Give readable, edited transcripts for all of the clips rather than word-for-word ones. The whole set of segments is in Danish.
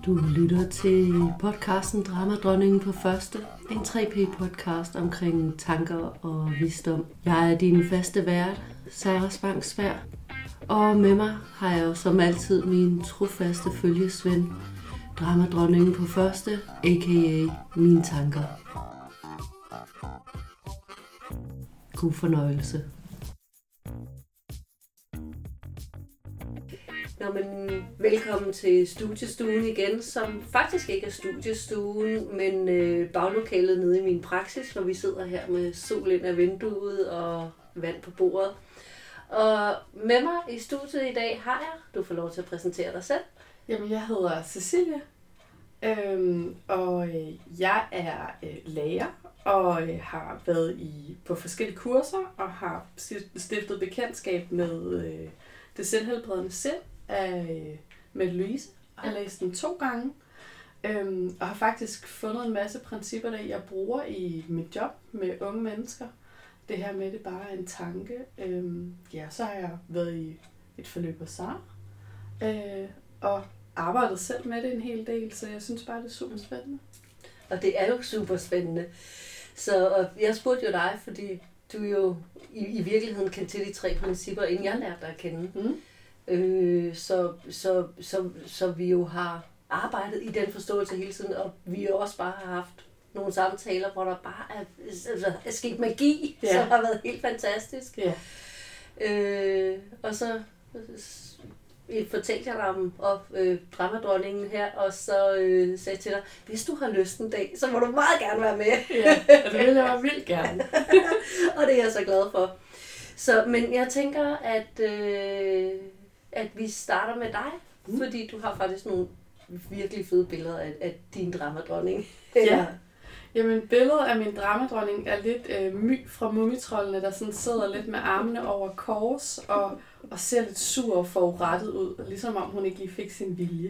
Du lytter til podcasten Dramadronningen på første. En 3P-podcast omkring tanker og visdom. Jeg er din faste vært, Sara Spangsberg. Og med mig har jeg som altid min trofaste følgesven, Dramadronningen på første, a.k.a. mine tanker. God fornøjelse. Velkommen til studiestuen igen, som faktisk ikke er studiestuen, men baglokalet nede i min praksis, hvor vi sidder her med sol ind af vinduet og vand på bordet. Og med mig i studiet i dag har jeg, du får lov til at præsentere dig selv. Jamen, jeg hedder Cecilie, og jeg er lærer og har været på forskellige kurser og har stiftet bekendtskab med det selvhelbredende sind af Mette Louise, og har læst den 2 gange, og har faktisk fundet en masse principper, der jeg bruger i mit job med unge mennesker. Det her med, det bare er en tanke. Så har jeg været i et forløb hos Sara, og arbejdet selv med det en hel del, så jeg synes bare, det er super spændende. Og det er jo super spændende. Så jeg spurgte jo dig, fordi du jo i virkeligheden kendte til de 3 principper, inden jeg lærte dig at kende. Så vi jo har arbejdet i den forståelse hele tiden, og vi jo også bare har haft nogle samtaler, hvor der bare er sket magi, som har været helt fantastisk. Ja. Og så fortalte jeg dig om Dramadronningen her, og så sagde jeg til dig, hvis du har lyst en dag, så må du meget gerne være med. Ja, og det vil jeg vildt gerne. Og det er jeg så glad for. Men jeg tænker, at vi starter med dig, fordi du har faktisk nogle virkelig fede billeder af din dramadronning. Ja. Jamen, billedet af min dramadronning er lidt My fra Mumitroldene, der sådan sidder lidt med armene over kors og ser lidt sur og forurettet ud, ligesom om hun ikke lige fik sin vilje.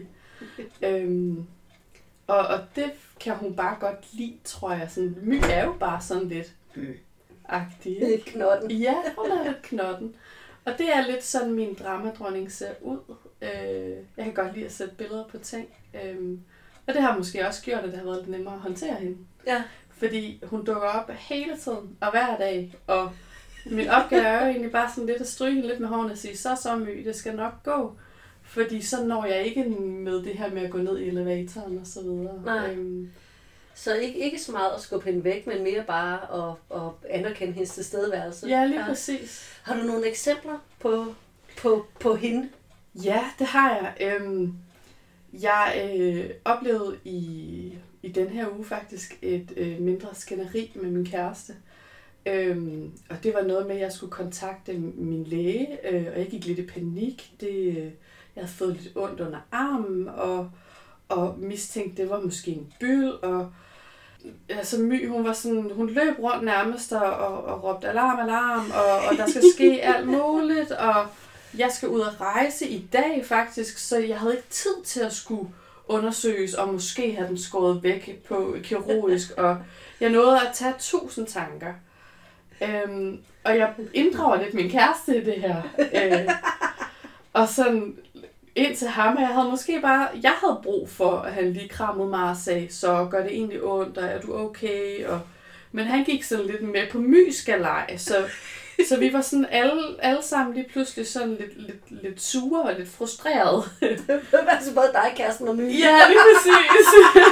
Og det kan hun bare godt lide, tror jeg. Sådan, My er jo bare sådan lidt agtig. Lidt knotten. Ja, hun er lidt knotten. Og det er lidt sådan, min dramadronning ser ud. Jeg kan godt lide at sætte billeder på ting. Og det har måske også gjort, at det har været lidt nemmere at håndtere hende. Ja. Fordi hun dukker op hele tiden og hver dag. Og min opgave er jo egentlig bare sådan lidt at stryge hende lidt med hårene og sige, så My, det skal nok gå. Fordi så når jeg ikke med det her med at gå ned i elevatoren og så videre. Nej. Så ikke så meget at skubbe hende væk, men mere bare at anerkende hendes tilstedeværelse. Ja, lige præcis. Har du nogle eksempler på hende? Ja, det har jeg. Jeg oplevede i den her uge faktisk et mindre skænderi med min kæreste. Og det var noget med, at jeg skulle kontakte min læge, og jeg gik lidt i panik. Jeg havde fået lidt ondt under armen, og mistænkte, det var måske en byld, og altså My, hun løb rundt nærmest og råbte alarm, og der skal ske alt muligt, og jeg skal ud og rejse i dag faktisk, så jeg havde ikke tid til at skulle undersøges, og måske have den skåret væk på kirurgisk, og jeg nåede at tage 1000 tanker. Og jeg inddrager lidt min kæreste i det her, og sådan ind til ham, jeg havde brug for, at han lige krammede mig og sagde, så gør det egentlig ondt, og er du okay? Men han gik sådan lidt med på mysgalej, så vi var sådan alle sammen lige pludselig sådan lidt sure og lidt frustrerede. Altså både dig, kæresten og My. Ja, lige præcis.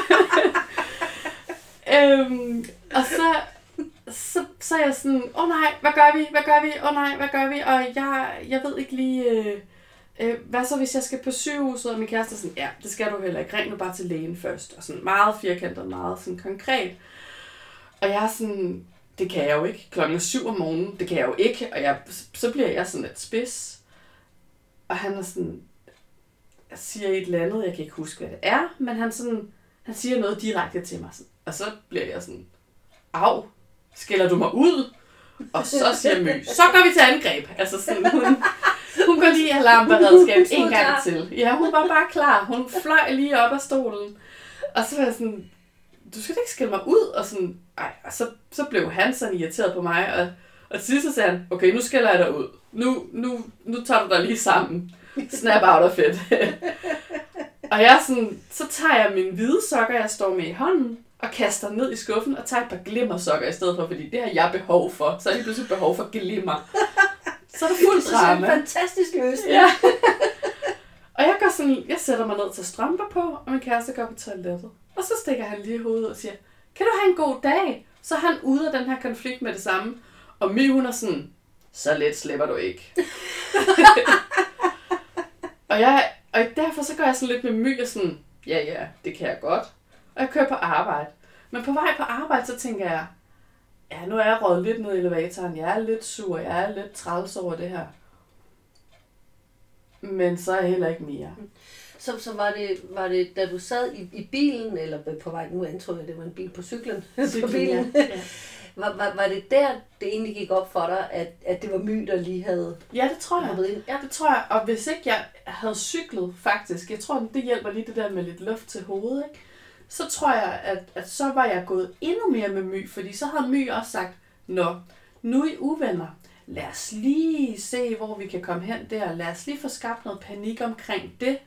Og så er jeg sådan, nej, hvad gør vi? Og jeg ved ikke lige, hvad så hvis jeg skal på sygehuset? Og min kæreste er sådan, ja, det skal du heller ikke. Ring nu bare til lægen først. Og sådan meget firkantet, meget sådan konkret. Og jeg er sådan, det kan jeg jo ikke. 7:00 om morgenen, det kan jeg jo ikke. Og så bliver jeg sådan lidt spids. Og han er sådan, jeg siger et eller andet, jeg kan ikke huske, hvad det er. Men han siger noget direkte til mig. Og så bliver jeg sådan, au, skælder du mig ud? Og så siger My, så går vi til angreb. Altså sådan, hun går lige alarmberedskab en gang til. Ja, hun var bare klar. Hun fløj lige op af stolen. Og så var jeg sådan, du skal da ikke skælde mig ud. Og sådan, og så blev han sådan irriteret på mig. Og til sidst så sagde han, okay, nu skælder jeg dig ud. Nu tager du dig lige sammen. Snap out of it. Og jeg sådan, så tager jeg mine hvide sokker, jeg står med i hånden, og kaster ned i skuffen og tager et par glimmersokker i stedet for, fordi det har jeg behov for. Så har jeg pludselig behov for glimmer. Så er der fuld drama. Det er en fantastisk løsning. Ja. Og jeg sætter mig ned til strømper på, og min kæreste går på toilettet. Og så stikker han lige hovedet og siger, kan du have en god dag? Så er han ude af den her konflikt med det samme. Og My, hun er sådan, så let slipper du ikke. og derfor så gør jeg sådan lidt med My og sådan, ja, det kan jeg godt. Og jeg kører på arbejde. Men på vej på arbejde, så tænker jeg, ja, nu er jeg røget lidt ned i elevatoren. Jeg er lidt sur, jeg er lidt træls over det her. Men så er jeg heller ikke mere. Så var det, da du sad i bilen, eller på vej, nu antog jeg, det var en bil på cyklen, på bilen. Ja. Var det der, det egentlig gik op for dig, at det var My, der lige havde... Ja, det tror jeg. Ja, det tror jeg. Og hvis ikke jeg havde cyklet, faktisk, jeg tror, det hjælper lige det der med lidt luft til hovedet, ikke? Så tror jeg, at så var jeg gået endnu mere med My, fordi så havde My også sagt, nå, nu er I uvenner. Lad os lige se, hvor vi kan komme hen der. Lad os lige få skabt noget panik omkring det.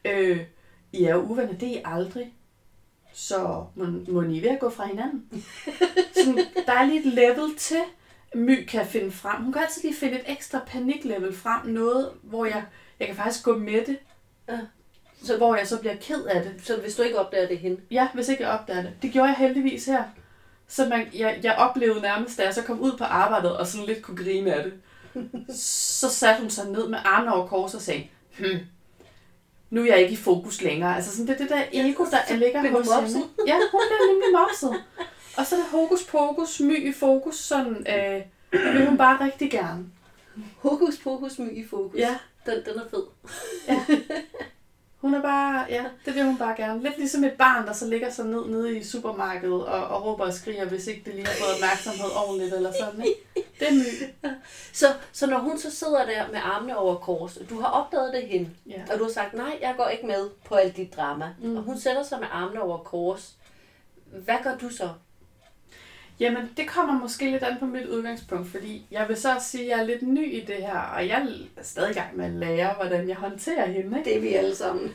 I er jo uvenner, det er I aldrig. Så må I ved at gå fra hinanden. Så der er lige et level til, My kan finde frem. Hun kan altid lige finde et ekstra paniklevel frem. Noget, hvor jeg kan faktisk gå med det. Ja. Så hvor jeg så bliver ked af det. Så hvis du ikke opdager det hende? Ja, hvis ikke jeg opdager det. Det gjorde jeg heldigvis her. Så jeg oplevede nærmest, da jeg så kom ud på arbejdet og sådan lidt kunne grine af det. Så satte hun sig ned med armene over kors og sagde, nu er jeg ikke i fokus længere. Altså sådan det der ego, der ligger hos hende. Ja, hun bliver nemlig mopset. Og så er det hokus pokus, My i fokus, sådan det vil hun bare rigtig gerne. Hokus pokus, My i fokus. Ja. Den er fed. Ja. Hun er bare, ja, det vil hun bare gerne. Lidt ligesom et barn, der så ligger sig nede i supermarkedet og råber og skriger, hvis ikke det lige har fået opmærksomhed ordentligt eller sådan, ikke? Det er My. Så når hun så sidder der med armene over kors, du har opdaget det hende, og du har sagt, nej, jeg går ikke med på alt dit drama, og hun sætter sig med armene over kors, hvad gør du så? Jamen, det kommer måske lidt an på mit udgangspunkt, fordi jeg vil så sige, at jeg er lidt ny i det her, og jeg er stadig i gang med at lære, hvordan jeg håndterer hende. Ikke? Det er vi alle sammen.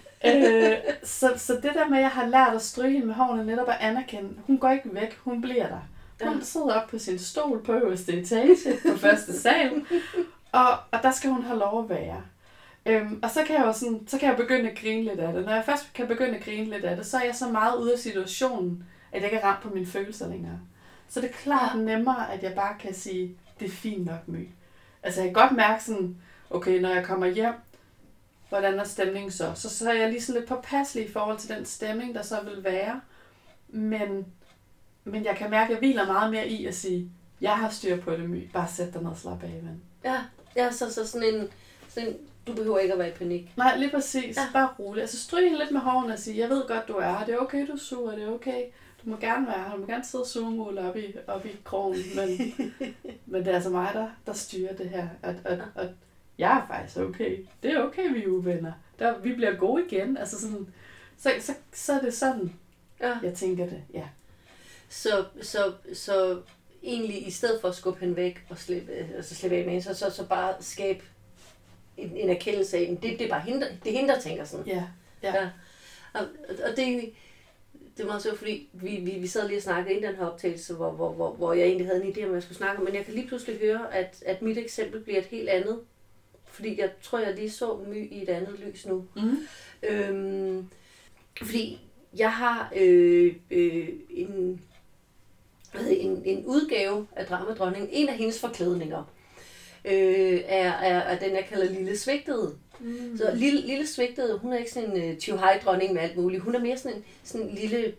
Så det der med, at jeg har lært at stryge hende med hårene, netop at anerkende, hun går ikke væk, hun bliver der. Hun sidder op på sin stol på øverste etage på første sal, og der skal hun have lov at være. Og så kan jeg begynde at grine lidt af det. Når jeg først kan begynde at grine lidt af det, så er jeg så meget ude af situationen, at jeg ikke er ramt på mine følelser længere. Så det er klart nemmere, at jeg bare kan sige, det er fint nok, My. Altså jeg kan godt mærke sådan, okay, når jeg kommer hjem, hvordan er stemningen så? Så er jeg lige sådan lidt påpasselig i forhold til den stemning, der så vil være. Men jeg kan mærke, at jeg hviler meget mere i at sige, jeg har styr på det, My. Bare sæt dig ned og slap af, ven. Ja, så sådan en, du behøver ikke at være i panik. Nej, lige præcis. Ja. Bare roligt. Altså stryg hende lidt med hårene og sige, jeg ved godt, du er her. Det er okay, du er sur. Det er okay. Du må gerne være her. Du må gerne sidde og zoome op i krogen. Men det er altså mig, der styrer det her. Og jeg er faktisk okay. Det er okay, vi er uvenner. Vi bliver gode igen. Altså sådan, så er det sådan, jeg tænker det. Ja. Så egentlig i stedet for at skubbe hende væk og slippe af med hende, så bare skabe en erkendelse af, det er bare hende, det er hende, der tænker sådan. Ja. Og det var så, fordi vi sad lige og snakkede inden den her optagelse, hvor jeg egentlig havde en idé om, hvad jeg skulle snakke om, men jeg kan lige pludselig høre, at mit eksempel bliver et helt andet. Fordi jeg tror, jeg lige så My i et andet lys nu. Fordi jeg har en udgave af Dramadronningen. En af hendes forklædninger er den, jeg kalder Lille Svigtede. Så lille Svigtede, hun er ikke sådan en tjuhej-dronning med alt muligt. Hun er mere sådan en lille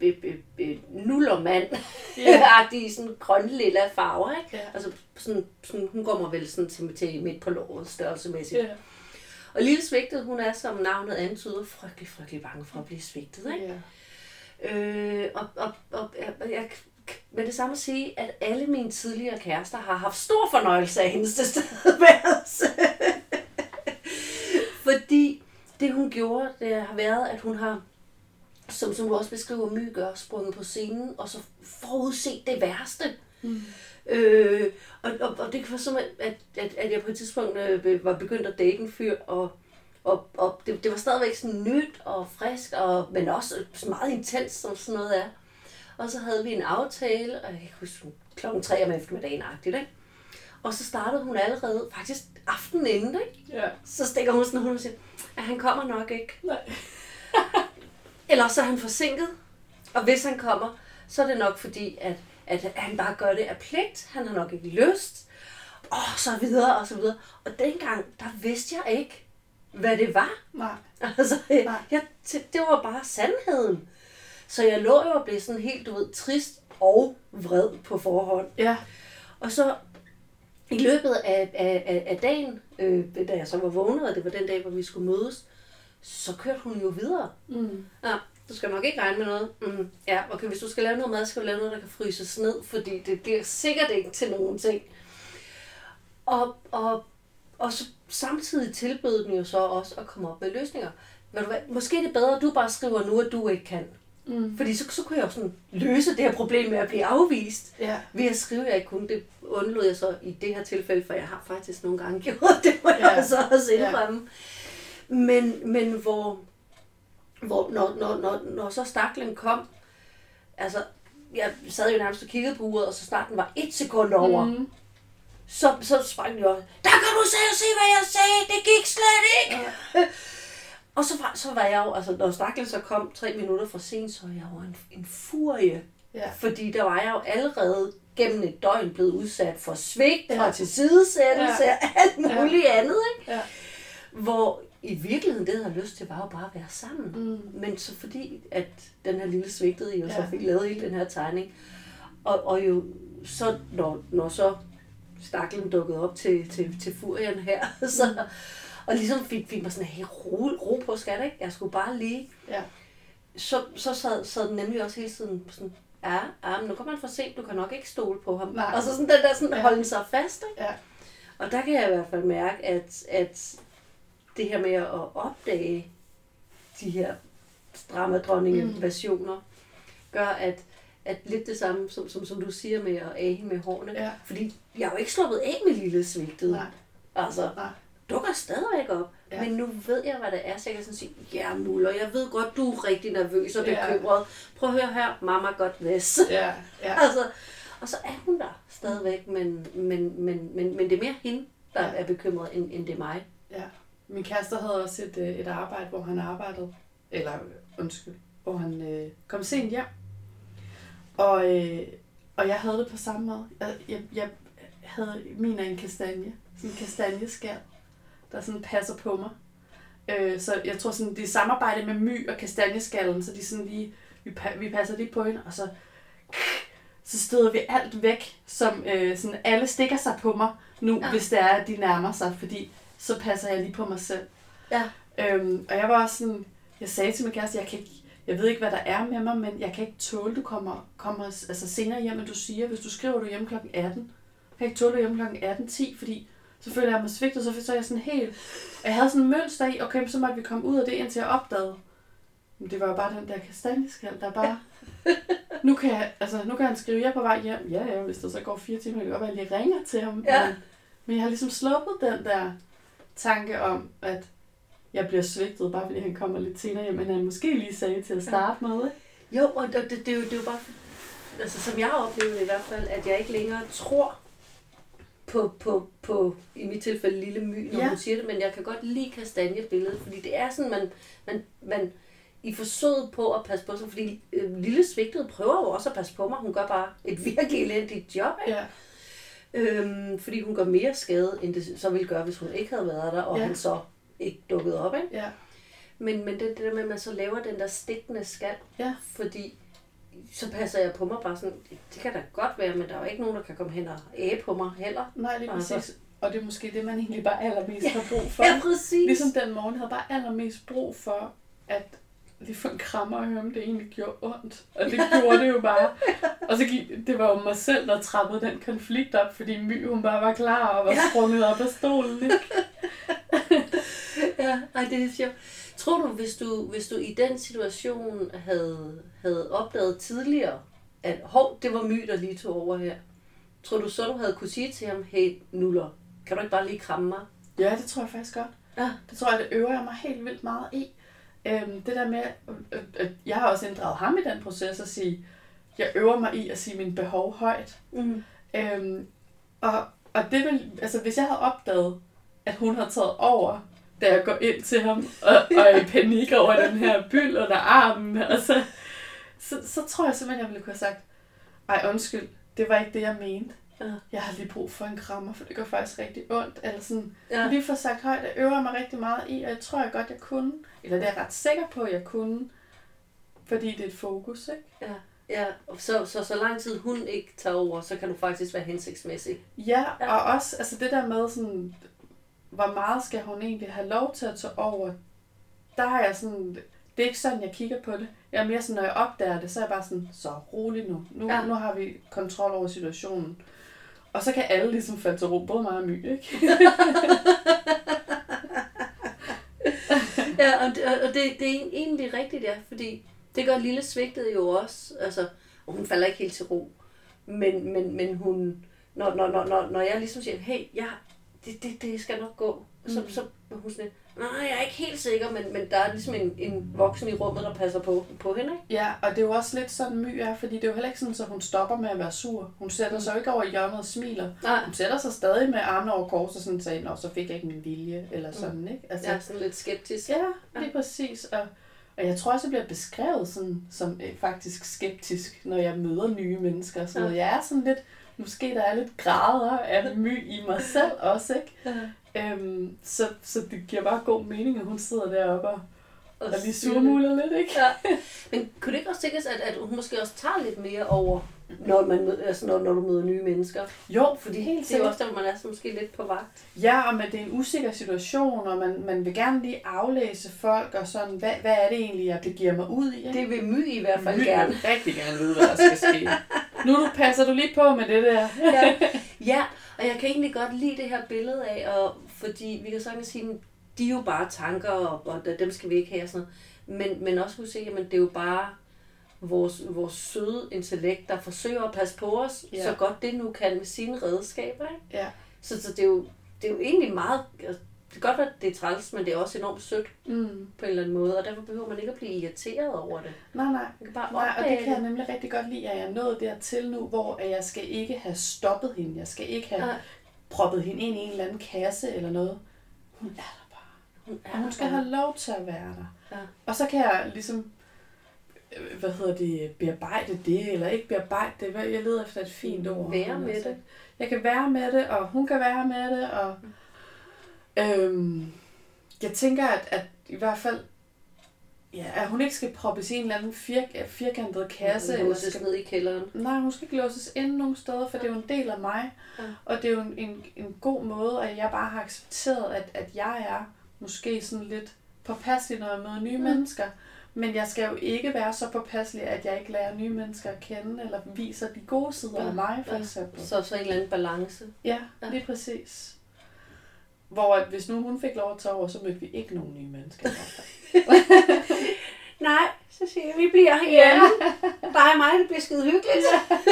nullermand-agtig, sådan grøn-lilla farver, ikke? Ja. Altså sådan, hun kommer vel sådan til midt på låret størrelsemæssigt. Ja. Og Lille Svigtede, hun er, som navnet antyder, frygtelig bange for at blive svigtet, ikke? Ja. Og jeg med det samme at sige, at alle mine tidligere kærester har haft stor fornøjelse af hendes tilstedeværelse. Fordi det hun gjorde, det har været, at hun har, som du også beskriver, My gør, sprunget på scenen, og så forudset det værste. Og det kan være som, at jeg på et tidspunkt var begyndt at date en fyr, og Og det var stadigvæk sådan nyt og frisk, men også meget intens, som sådan noget er. Og så havde vi en aftale, og jeg kan huske 3:00 om eftermiddagen-agtigt, ikke? Og så startede hun allerede, faktisk aftenen inden, ikke? Ja. Så stikker hun sådan, og siger, at han kommer nok ikke. Nej. Eller så er han forsinket, og hvis han kommer, så er det nok fordi, at han bare gør det af pligt. Han har nok ikke lyst. Og så videre, og så videre. Og dengang, der vidste jeg ikke, hvad det var. Nej. Altså, det var bare sandheden. Så jeg lå jo og blev sådan helt, trist og vred på forhånd. Ja. Og så i løbet af dagen, da jeg så var vågnet, og det var den dag, hvor vi skulle mødes, så kørte hun jo videre. Mm. Ja, du skal nok ikke regne med noget. Ja, okay, hvis du skal lave noget mad, skal du lave noget, der kan fryses ned, fordi det bliver sikkert ikke til nogen ting. Og så samtidig tilbød den jo så også at komme op med løsninger. Ved du hvad, måske er det bedre, at du bare skriver nu, at du ikke kan. Fordi så kunne jeg jo sådan løse det her problem med at blive afvist. Ja. Ved at skrive, at jeg ikke kunne. Det undlod jeg så i det her tilfælde, for jeg har faktisk nogle gange gjort det, må jeg så også indrømme. Men hvor når så staklen kom, altså, jeg sad jo nærmest og kiggede på uret, og så snart den var 1 sekund over, så sprang jeg også, der kan du se, hvad jeg sagde, det gik slet ikke! Ja. Og så var jeg jo, altså når staklen så kom 3 minutter for sent, så var jeg jo en furie. Ja. Fordi der var jeg jo allerede gennem et døgn blevet udsat for svigt og tilsidesættelse og alt muligt andet, ikke? Ja. Hvor i virkeligheden det, jeg havde lyst til, var jo bare at være sammen. Men så fordi, at den her lille svigtede jo så fik lavet hele den her tegning. Og jo så, når så staklen dukkede op til furien her, så, og ligesom fik mig sådan, hey, ro på, skat, ikke? Jeg skulle bare lige. Ja. Så sad den nemlig også hele tiden sådan, men nu kommer han for sent, du kan nok ikke stole på ham. Nej. Og så sådan den der sådan, holden sig fast, ikke? Ja. Og der kan jeg i hvert fald mærke, at det her med at opdage de her dramadronninge-versioner, gør, at lidt det samme, som du siger med at age med hårene. Ja. Fordi jeg har jo ikke sluppet af med lille svigtet. Nej. Altså, dukker stadigvæk op. Ja. Men nu ved jeg, hvad det er, så jeg kan sådan sige, ja, Muller, jeg ved godt, du er rigtig nervøs og bekymret. Ja. Prøv at høre her, mamma godt læs. Ja. Ja. Altså, og så er hun der stadigvæk, men det er mere hende, der er bekymret, end det er mig. Ja. Min kæreste havde også et arbejde, hvor han arbejdede, hvor han kom sent hjem. Og jeg havde det på samme måde. Jeg havde min af en kastanje, sådan en kastanjeskal, der sådan passer på mig. Så jeg tror sådan, det er samarbejde med my og kastanjeskallen, så de sådan lige, vi passer lige på hende, og så støder vi alt væk, som sådan alle stikker sig på mig nu, hvis det er, at de nærmer sig, fordi så passer jeg lige på mig selv. Ja. Og jeg var også sådan, jeg sagde til min kæreste, jeg ved ikke, hvad der er med mig, men jeg kan ikke tåle, du kommer altså senere hjem, end du siger, hvis du skriver, du er hjemme kl. 18. Jeg kan ikke tåle, du er hjemme kl. 18:10, fordi så føler jeg mig svigtet, så er jeg sådan helt. Jeg havde sådan en mønster i, okay, så måtte vi komme ud af det, indtil jeg opdagede. Men det var jo bare den der kastanjeskal, der bare. Nu kan han skrive, jeg er på vej hjem. Ja, hvis der så går 4 timer, det kan godt være, at jeg lige ringer til ham. Ja. Men jeg har ligesom sluppet den der tanke om, at jeg bliver svigtet, bare fordi han kommer lidt senere hjem, men han måske lige sagde til at starte med. Jo, og det er jo bare, altså som jeg har oplevet i hvert fald, at jeg ikke længere tror på i mit tilfælde lille my, når hun siger det, men jeg kan godt lide kastanjebilledet, fordi det er sådan, man i forsøget på at passe på sig, fordi lille svigtet prøver jo også at passe på mig, hun gør bare et virkelig elendigt job, ikke? Ja. Fordi hun gør mere skade, end det så ville gøre, hvis hun ikke havde været der, og han så ikke dukket op, ikke? Ja. Men det der med, at man så laver den der stikkende skal, fordi så passer jeg på mig bare sådan, det kan da godt være, men der er jo ikke nogen, der kan komme hen og æge på mig heller. Nej, lige præcis. Altså. Og det er måske det, man egentlig bare allermest har brug for. Ja, præcis. Ligesom den morgen havde bare allermest brug for, at lige få en krammer og høre, om det egentlig gjorde ondt. Og det gjorde det jo bare. Og så det var jo mig selv, der trappede den konflikt op, fordi My, hun bare var klar og var sprunget op af stolen. Ikke? Ja, det er sjovt. Tror du, hvis du i den situation havde opdaget tidligere, at det var My, der lige tog over her, tror du så, du havde kunne sige til ham, hey, Nuller, kan du ikke bare lige kramme mig? Ja, det tror jeg faktisk godt. Ja. Det tror jeg, det øver jeg mig helt vildt meget i. Det der med, jeg har også inddraget ham i den proces at sige, jeg øver mig i at sige mine behov højt. Og det vil, altså hvis jeg havde opdaget, at hun havde taget over, da jeg går ind til ham, og er i panik over den her byld under armen, og så tror jeg simpelthen, jeg ville kunne have sagt, ej undskyld, det var ikke det, jeg mente. Ja. Jeg har lige brug for en krammer, for det gør faktisk rigtig ondt. Eller sådan, lige for sagt højt, jeg øver mig rigtig meget i, og jeg tror jeg godt, jeg kunne. Eller det er jeg ret sikker på, at jeg kunne. Fordi det er et fokus, ikke? Ja, så lang tid hun ikke tager over, så kan du faktisk være hensigtsmæssig. Ja, og også altså det der med sådan, hvor meget skal hun egentlig have lov til at tage over? Der har jeg sådan, det er ikke sådan, jeg kigger på det. Jeg er mere sådan, når jeg opdager det, så er jeg bare sådan, så rolig nu. Nu har vi kontrol over situationen. Og så kan alle ligesom falde til ro, både mig og My, ikke? Ja, og det er egentlig rigtigt, ja, fordi det gør lille svigtet jo også, altså, og hun falder ikke helt til ro, men hun, når jeg ligesom siger, hey, det skal nok gå, så hun sådan, nej, jeg er ikke helt sikker, men der er ligesom en voksen i rummet, der passer på hende, ikke? Ja, og det er jo også lidt sådan My er, fordi det er jo heller ikke sådan, at hun stopper med at være sur. Hun sætter sig jo ikke over i hjørnet og smiler. Nej. Hun sætter sig stadig med armene over kors og sådan sagde, nå, så fik jeg ikke min vilje, eller sådan, ikke? Altså, ja, sådan lidt skeptisk. Ja, det er præcis. Og jeg tror også, jeg bliver beskrevet sådan, som faktisk skeptisk, når jeg møder nye mennesker. Så jeg er sådan lidt, måske der er lidt grader af My i mig selv også, ikke? Ja. Så det giver bare god mening, at hun sidder deroppe og lige surmuler lidt, ikke? Ja. Men kunne det ikke også tænkes, at hun måske også tager lidt mere over, når du møder nye mennesker? Jo, fordi helt det er også der, hvor man er så måske lidt på vagt. Ja, og det er en usikker situation, og man vil gerne lige aflæse folk, og sådan, hvad er det egentlig, jeg begiver mig ud i? Ikke? Det vil My i hvert fald gerne. Vil rigtig gerne vide, hvad der skal ske. Nu passer du lige på med det der. Ja, og jeg kan egentlig godt lide det her billede af, og fordi vi kan sagtens sige, de er jo bare tanker, og dem skal vi ikke have sådan noget. Men også kunne se, at det er jo bare vores søde intellekt, der forsøger at passe på os, så godt det nu kan med sine redskaber. Ikke? Ja. Så det er jo egentlig meget, det kan godt være, at det er træls, men det er også enormt sødt på en eller anden måde, og derfor behøver man ikke at blive irriteret over det. Nej, og det kan jeg nemlig rigtig godt lide, at jeg er nået dertil nu, hvor jeg skal ikke have stoppet hende, jeg skal ikke have proppet hende ind i en eller anden kasse eller noget. Hun er der bare. Hun skal have lov til at være der. Ja. Og så kan jeg ligesom, bearbejde det, eller ikke bearbejde det. Jeg leder efter et fint ord. Være med det. Jeg kan være med det, og hun kan være med det, og jeg tænker, at i hvert fald, at hun ikke skal proppes i en eller anden firkantet kasse. Hun skal ned i kælderen. Nej, hun skal ikke låses ind nogen steder, for det er jo en del af mig. Ja. Og det er jo en god måde, at jeg bare har accepteret, at jeg er måske sådan lidt påpasselig, når jeg møder nye mennesker. Men jeg skal jo ikke være så påpasselig, at jeg ikke lærer nye mennesker at kende, eller viser de gode sider af mig, for eksempel. Så en eller anden balance. Ja, lige præcis. Hvor at hvis nu hun fik lov at tage over, så mødte vi ikke nogen nye mennesker. Nej, så siger jeg, vi bliver herhjemme. Bare og mig, det bliver skide hyggeligt.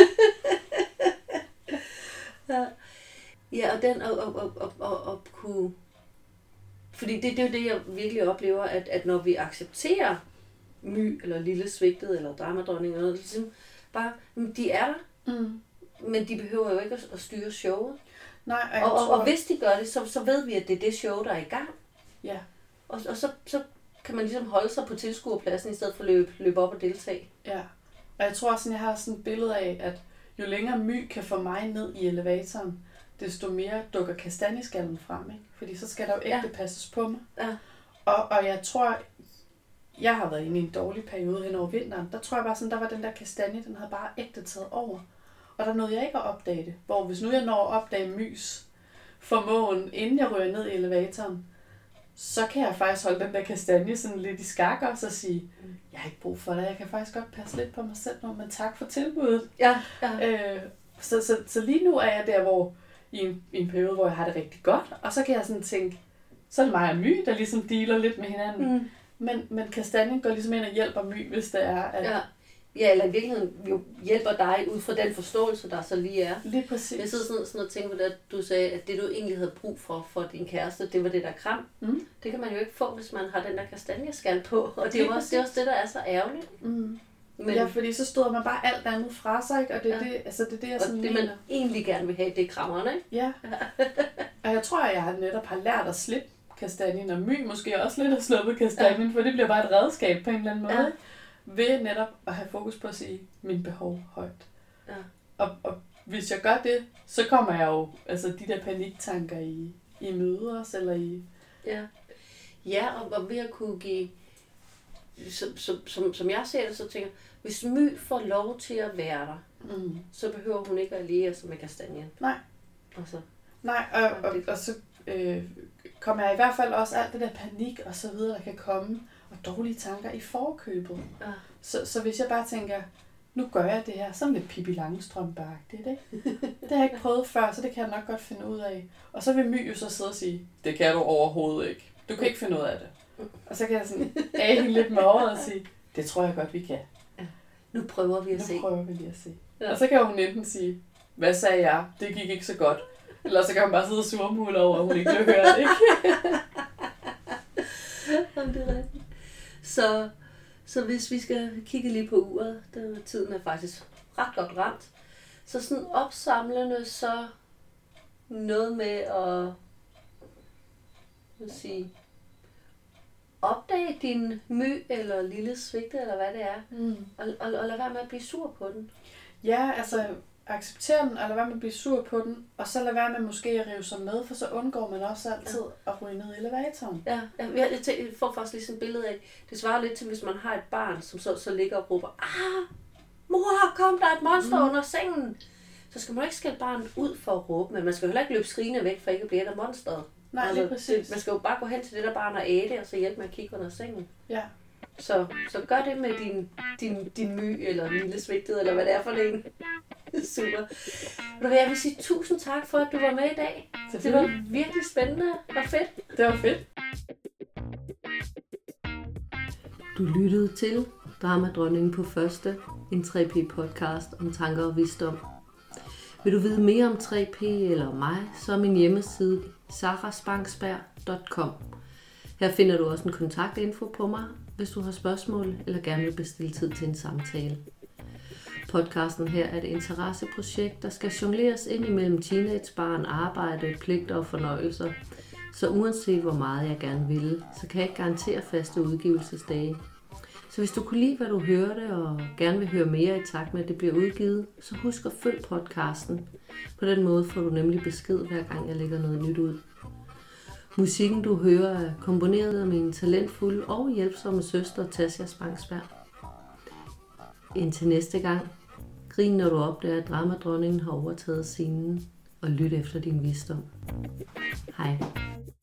Ja, og den at kunne... Fordi det er jo det, jeg virkelig oplever, at når vi accepterer My, eller lille svigtet, eller dramadronning, eller sådan, bare, de er der, men de behøver jo ikke at styre showet. Nej, og hvis de gør det, så ved vi, at det er det show, der er i gang. Ja. Og så kan man ligesom holde sig på tilskuerpladsen, i stedet for at løbe op og deltage. Ja, og jeg tror sådan, jeg har sådan et billede af, at jo længere My kan få mig ned i elevatoren, desto mere dukker kastanjeskallen frem, ikke? Fordi så skal der jo ægte passes på mig. Ja. Og jeg tror, jeg har været inde i en dårlig periode hen over vinteren. Der tror jeg bare sådan, der var den der kastanje, den havde bare ægte taget over. Og der nåede jeg ikke at opdage det. Hvor hvis nu jeg når at opdage Mys formåen, inden jeg rører ned i elevatoren, så kan jeg faktisk holde den der kastanje sådan lidt i skak og så sige, jeg har ikke brug for det, jeg kan faktisk godt passe lidt på mig selv nu, men tak for tilbuddet. Ja. Så lige nu er jeg der, hvor i en periode, hvor jeg har det rigtig godt, og så kan jeg sådan tænke, så er det mig og My, der ligesom dealer lidt med hinanden. Men kastanjen går ligesom ind og hjælper My, hvis det er, at... Ja, eller i virkeligheden jo hjælper dig ud fra den forståelse, der så lige er. Lige præcis. Jeg sidder sådan og tænker på det, at du sagde, at det du egentlig havde brug for din kæreste, det var det der kram. Mm. Det kan man jo ikke få, hvis man har den der kastanjeskal på. Og det er jo også det, der er så ærgerligt. Mm. Men, ja, fordi så stod man bare alt andet fra sig, ikke? Og det er det, altså det er det, jeg sådan det man egentlig gerne vil have, det er krammerne, ikke? Ja. Og jeg tror, at jeg netop har lært at slippe kastanjen, og My måske også lidt at sluppe kastanjen, for det bliver bare et redskab på en eller anden måde. Ja. Ved netop at have fokus på at sige min behov højt. Ja. Og hvis jeg gør det, så kommer jeg jo, altså de der paniktanker i møder os, eller i... Ja, og ved at kunne give, som jeg ser det, så tænker jeg, hvis My får lov til at være der, så behøver hun ikke at alliere sig med kastanjen. Nej. Altså. Nej, og så kommer jeg i hvert fald også alt det der panik og så videre, der kan komme, og dårlige tanker i forkøbet. Ja. Så hvis jeg bare tænker, nu gør jeg det her, sådan lidt Pippi Langstrømpe-agtigt, ikke? Det har jeg ikke prøvet før, så det kan jeg nok godt finde ud af. Og så vil My jo så sidde og sige, det kan du overhovedet ikke. Du kan ikke finde ud af det. Og så kan jeg sådan hende lidt med håret og sige, det tror jeg godt, vi kan. Ja. Nu prøver vi at se. Nu prøver vi lige at se. Ja. Og så kan hun enten sige, hvad sagde jeg? Det gik ikke så godt. Eller så kan hun bare sidde og surmule over, at hun ikke vil høre det, ikke? Jamen, det er rigtigt. Så hvis vi skal kigge lige på uret, der tiden er faktisk ret godt ramt, så sådan opsamlende, så noget med at opdage din My eller lille svigte, eller hvad det er, og lade være med at blive sur på den. Ja, altså acceptere den, og lade være med at blive sur på den, og så lade være med måske at rive sig med, for så undgår man også altid at ryge ned i elevatoren. Ja, jeg får faktisk lige sådan et billede af, det svarer lidt til, hvis man har et barn, som så ligger og råber, mor, kom, der er et monster under sengen. Så skal man ikke skælde barnet ud for at råbe, men man skal heller ikke løbe skrigende væk, for ikke at blive et af monsteret. Nej, altså, det er præcis. Man skal jo bare gå hen til det der barn og æde, og så hjælpe med at kigge under sengen. Ja. Så gør det med din My, eller lille svigtet, eller hvad det er for en. Super. Jeg vil sige tusind tak for, at du var med i dag. Det var virkelig spændende og fedt. Det var fedt. Du lyttede til Dramadronningen på første, en 3P-podcast om tanker og visdom. Vil du vide mere om 3P eller mig, så er min hjemmeside saraspangsberg.com. Her finder du også en kontaktinfo på mig, hvis du har spørgsmål eller gerne vil bestille tid til en samtale. Podcasten her er et interesseprojekt, der skal jongleres ind imellem teenagebarn, arbejde, pligter og fornøjelser. Så uanset hvor meget jeg gerne vil, så kan jeg ikke garantere faste udgivelsesdage. Så hvis du kunne lide, hvad du hørte, og gerne vil høre mere i takt med, at det bliver udgivet, så husk at følg podcasten. På den måde får du nemlig besked, hver gang jeg lægger noget nyt ud. Musikken, du hører, er komponeret af min talentfulde og hjælpsomme søster, Tasja Spangsberg. Indtil næste gang, grin når du opdager, at Dramadronningen har overtaget scenen, og lyt efter din visdom. Hej.